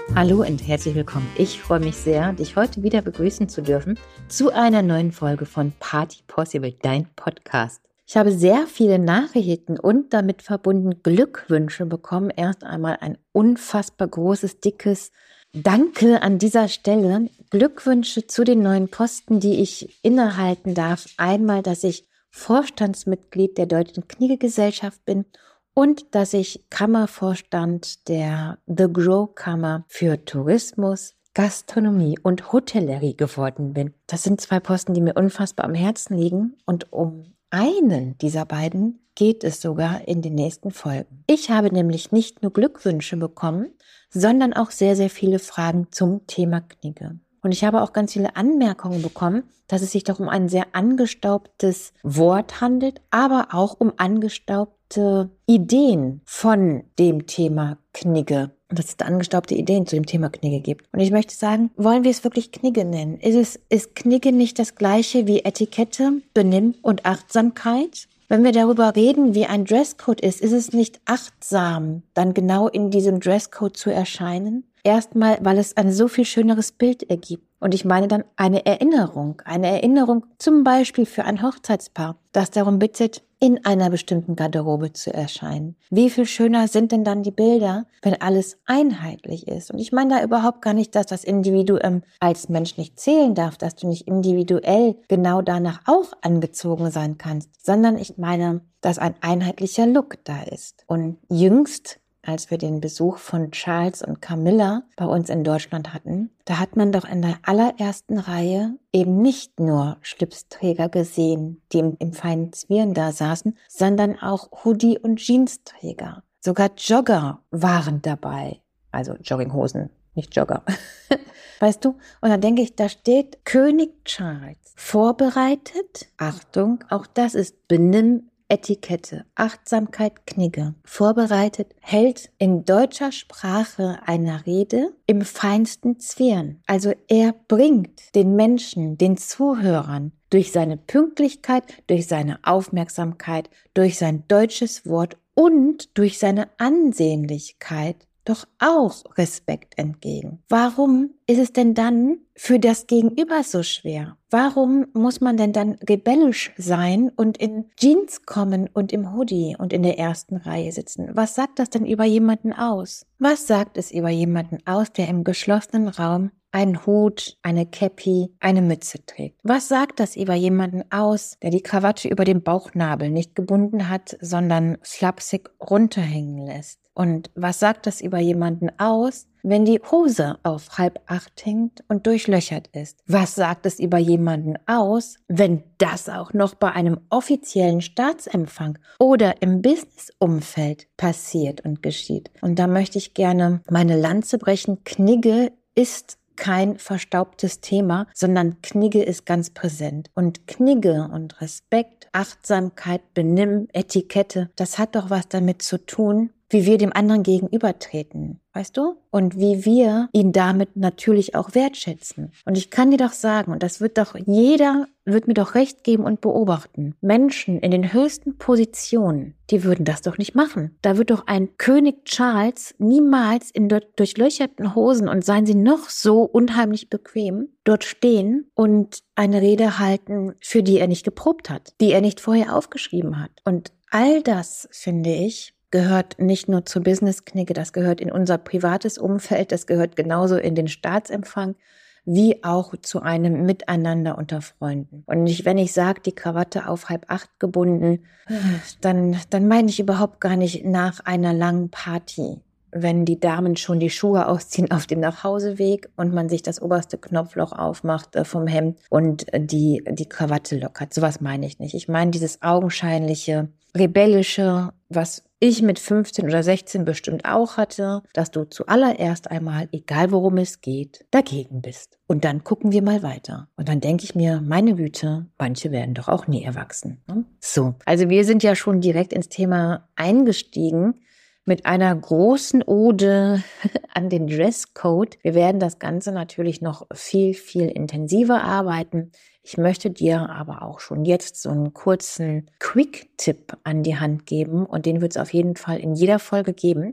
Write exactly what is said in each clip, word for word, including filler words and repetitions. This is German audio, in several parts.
Hallo und herzlich willkommen. Ich freue mich sehr, dich heute wieder begrüßen zu dürfen zu einer neuen Folge von Party Possible, dein Podcast. Ich habe sehr viele Nachrichten und damit verbunden Glückwünsche bekommen. Erst einmal ein unfassbar großes, dickes Danke an dieser Stelle. Glückwünsche zu den neuen Posten, die ich innehalten darf. Einmal, dass ich Vorstandsmitglied der Deutschen Knigge-Gesellschaft bin und dass ich Kammervorstand der The Grow Kammer für Tourismus, Gastronomie und Hotellerie geworden bin. Das sind zwei Posten, die mir unfassbar am Herzen liegen, und um einen dieser beiden geht es sogar in den nächsten Folgen. Ich habe nämlich nicht nur Glückwünsche bekommen, sondern auch sehr, sehr viele Fragen zum Thema Knigge. Und ich habe auch ganz viele Anmerkungen bekommen, dass es sich doch um ein sehr angestaubtes Wort handelt, aber auch um angestaubte Ideen von dem Thema Knigge. Und dass es da angestaubte Ideen zu dem Thema Knigge gibt. Und ich möchte sagen, wollen wir es wirklich Knigge nennen? Ist es, ist Knigge nicht das Gleiche wie Etikette, Benimm und Achtsamkeit? Wenn wir darüber reden, wie ein Dresscode ist, ist es nicht achtsam, dann genau in diesem Dresscode zu erscheinen? Erstmal, weil es ein so viel schöneres Bild ergibt. Und ich meine dann eine Erinnerung. Eine Erinnerung zum Beispiel für ein Hochzeitspaar, das darum bittet, in einer bestimmten Garderobe zu erscheinen. Wie viel schöner sind denn dann die Bilder, wenn alles einheitlich ist? Und ich meine da überhaupt gar nicht, dass das Individuum als Mensch nicht zählen darf, dass du nicht individuell genau danach auch angezogen sein kannst, sondern ich meine, dass ein einheitlicher Look da ist. Und jüngst, als wir den Besuch von Charles und Camilla bei uns in Deutschland hatten, da hat man doch in der allerersten Reihe eben nicht nur Schlipsträger gesehen, die im, im feinen Zwirn da saßen, sondern auch Hoodie- und Jeansträger. Sogar Jogger waren dabei. Also Jogginghosen, nicht Jogger. Weißt du? Und da denke ich, da steht König Charles vorbereitet. Achtung, auch das ist Benimm, Etikette, Achtsamkeit, Knigge, vorbereitet, hält in deutscher Sprache eine Rede im feinsten Zwirn. Also er bringt den Menschen, den Zuhörern, durch seine Pünktlichkeit, durch seine Aufmerksamkeit, durch sein deutsches Wort und durch seine Ansehnlichkeit doch auch Respekt entgegen. Warum ist es denn dann für das Gegenüber so schwer? Warum muss man denn dann rebellisch sein und in Jeans kommen und im Hoodie und in der ersten Reihe sitzen? Was sagt das denn über jemanden aus? Was sagt es über jemanden aus, der im geschlossenen Raum einen Hut, eine Käppi, eine Mütze trägt? Was sagt das über jemanden aus, der die Krawatte über dem Bauchnabel nicht gebunden hat, sondern flapsig runterhängen lässt? Und was sagt das über jemanden aus, wenn die Hose auf halb acht hängt und durchlöchert ist? Was sagt es über jemanden aus, wenn das auch noch bei einem offiziellen Staatsempfang oder im Businessumfeld passiert und geschieht? Und da möchte ich gerne meine Lanze brechen. Knigge ist kein verstaubtes Thema, sondern Knigge ist ganz präsent. Und Knigge und Respekt, Achtsamkeit, Benimm, Etikette, das hat doch was damit zu tun, wie wir dem anderen gegenübertreten, weißt du? Und wie wir ihn damit natürlich auch wertschätzen. Und ich kann dir doch sagen, und das wird doch jeder, wird mir doch recht geben und beobachten, Menschen in den höchsten Positionen, die würden das doch nicht machen. Da wird doch ein König Charles niemals in durchlöcherten Hosen, und seien sie noch so unheimlich bequem, dort stehen und eine Rede halten, für die er nicht geprobt hat, die er nicht vorher aufgeschrieben hat. Und all das, finde ich, gehört nicht nur zur Business-Knigge, das gehört in unser privates Umfeld, das gehört genauso in den Staatsempfang, wie auch zu einem Miteinander unter Freunden. Und nicht, wenn ich sage, die Krawatte auf halb acht gebunden, dann, dann meine ich überhaupt gar nicht nach einer langen Party, wenn die Damen schon die Schuhe ausziehen auf dem Nachhauseweg und man sich das oberste Knopfloch aufmacht äh, vom Hemd und äh, die, die Krawatte lockert. Sowas meine ich nicht. Ich meine dieses augenscheinliche, rebellische, was ich mit fünfzehn oder sechzehn bestimmt auch hatte, dass du zuallererst einmal, egal worum es geht, dagegen bist. Und dann gucken wir mal weiter. Und dann denke ich mir, meine Güte, manche werden doch auch nie erwachsen. Ne? So, also wir sind ja schon direkt ins Thema eingestiegen mit einer großen Ode an den Dresscode. Wir werden das Ganze natürlich noch viel, viel intensiver arbeiten. Ich möchte dir aber auch schon jetzt so einen kurzen Quick-Tipp an die Hand geben und den wird es auf jeden Fall in jeder Folge geben,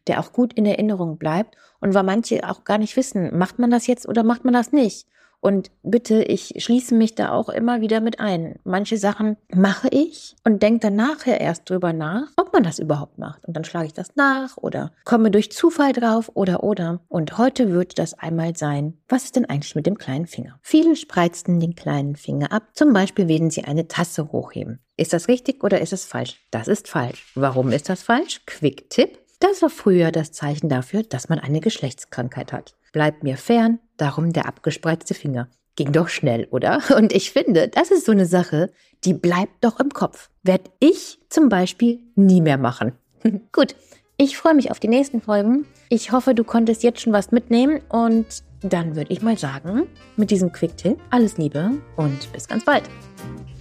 der auch gut in Erinnerung bleibt und weil manche auch gar nicht wissen, macht man das jetzt oder macht man das nicht? Und bitte, ich schließe mich da auch immer wieder mit ein. Manche Sachen mache ich und denke dann nachher erst drüber nach, ob man das überhaupt macht. Und dann schlage ich das nach oder komme durch Zufall drauf oder oder. Und heute wird das einmal sein, was ist denn eigentlich mit dem kleinen Finger? Viele spreizen den kleinen Finger ab, zum Beispiel wenn sie eine Tasse hochheben. Ist das richtig oder ist es falsch? Das ist falsch. Warum ist das falsch? Quick-Tipp. Das war früher das Zeichen dafür, dass man eine Geschlechtskrankheit hat. Bleibt mir fern, darum der abgespreizte Finger. Ging doch schnell, oder? Und ich finde, das ist so eine Sache, die bleibt doch im Kopf. Werd ich zum Beispiel nie mehr machen. Gut, ich freue mich auf die nächsten Folgen. Ich hoffe, du konntest jetzt schon was mitnehmen und dann würde ich mal sagen, mit diesem Quick-Tipp alles Liebe und bis ganz bald.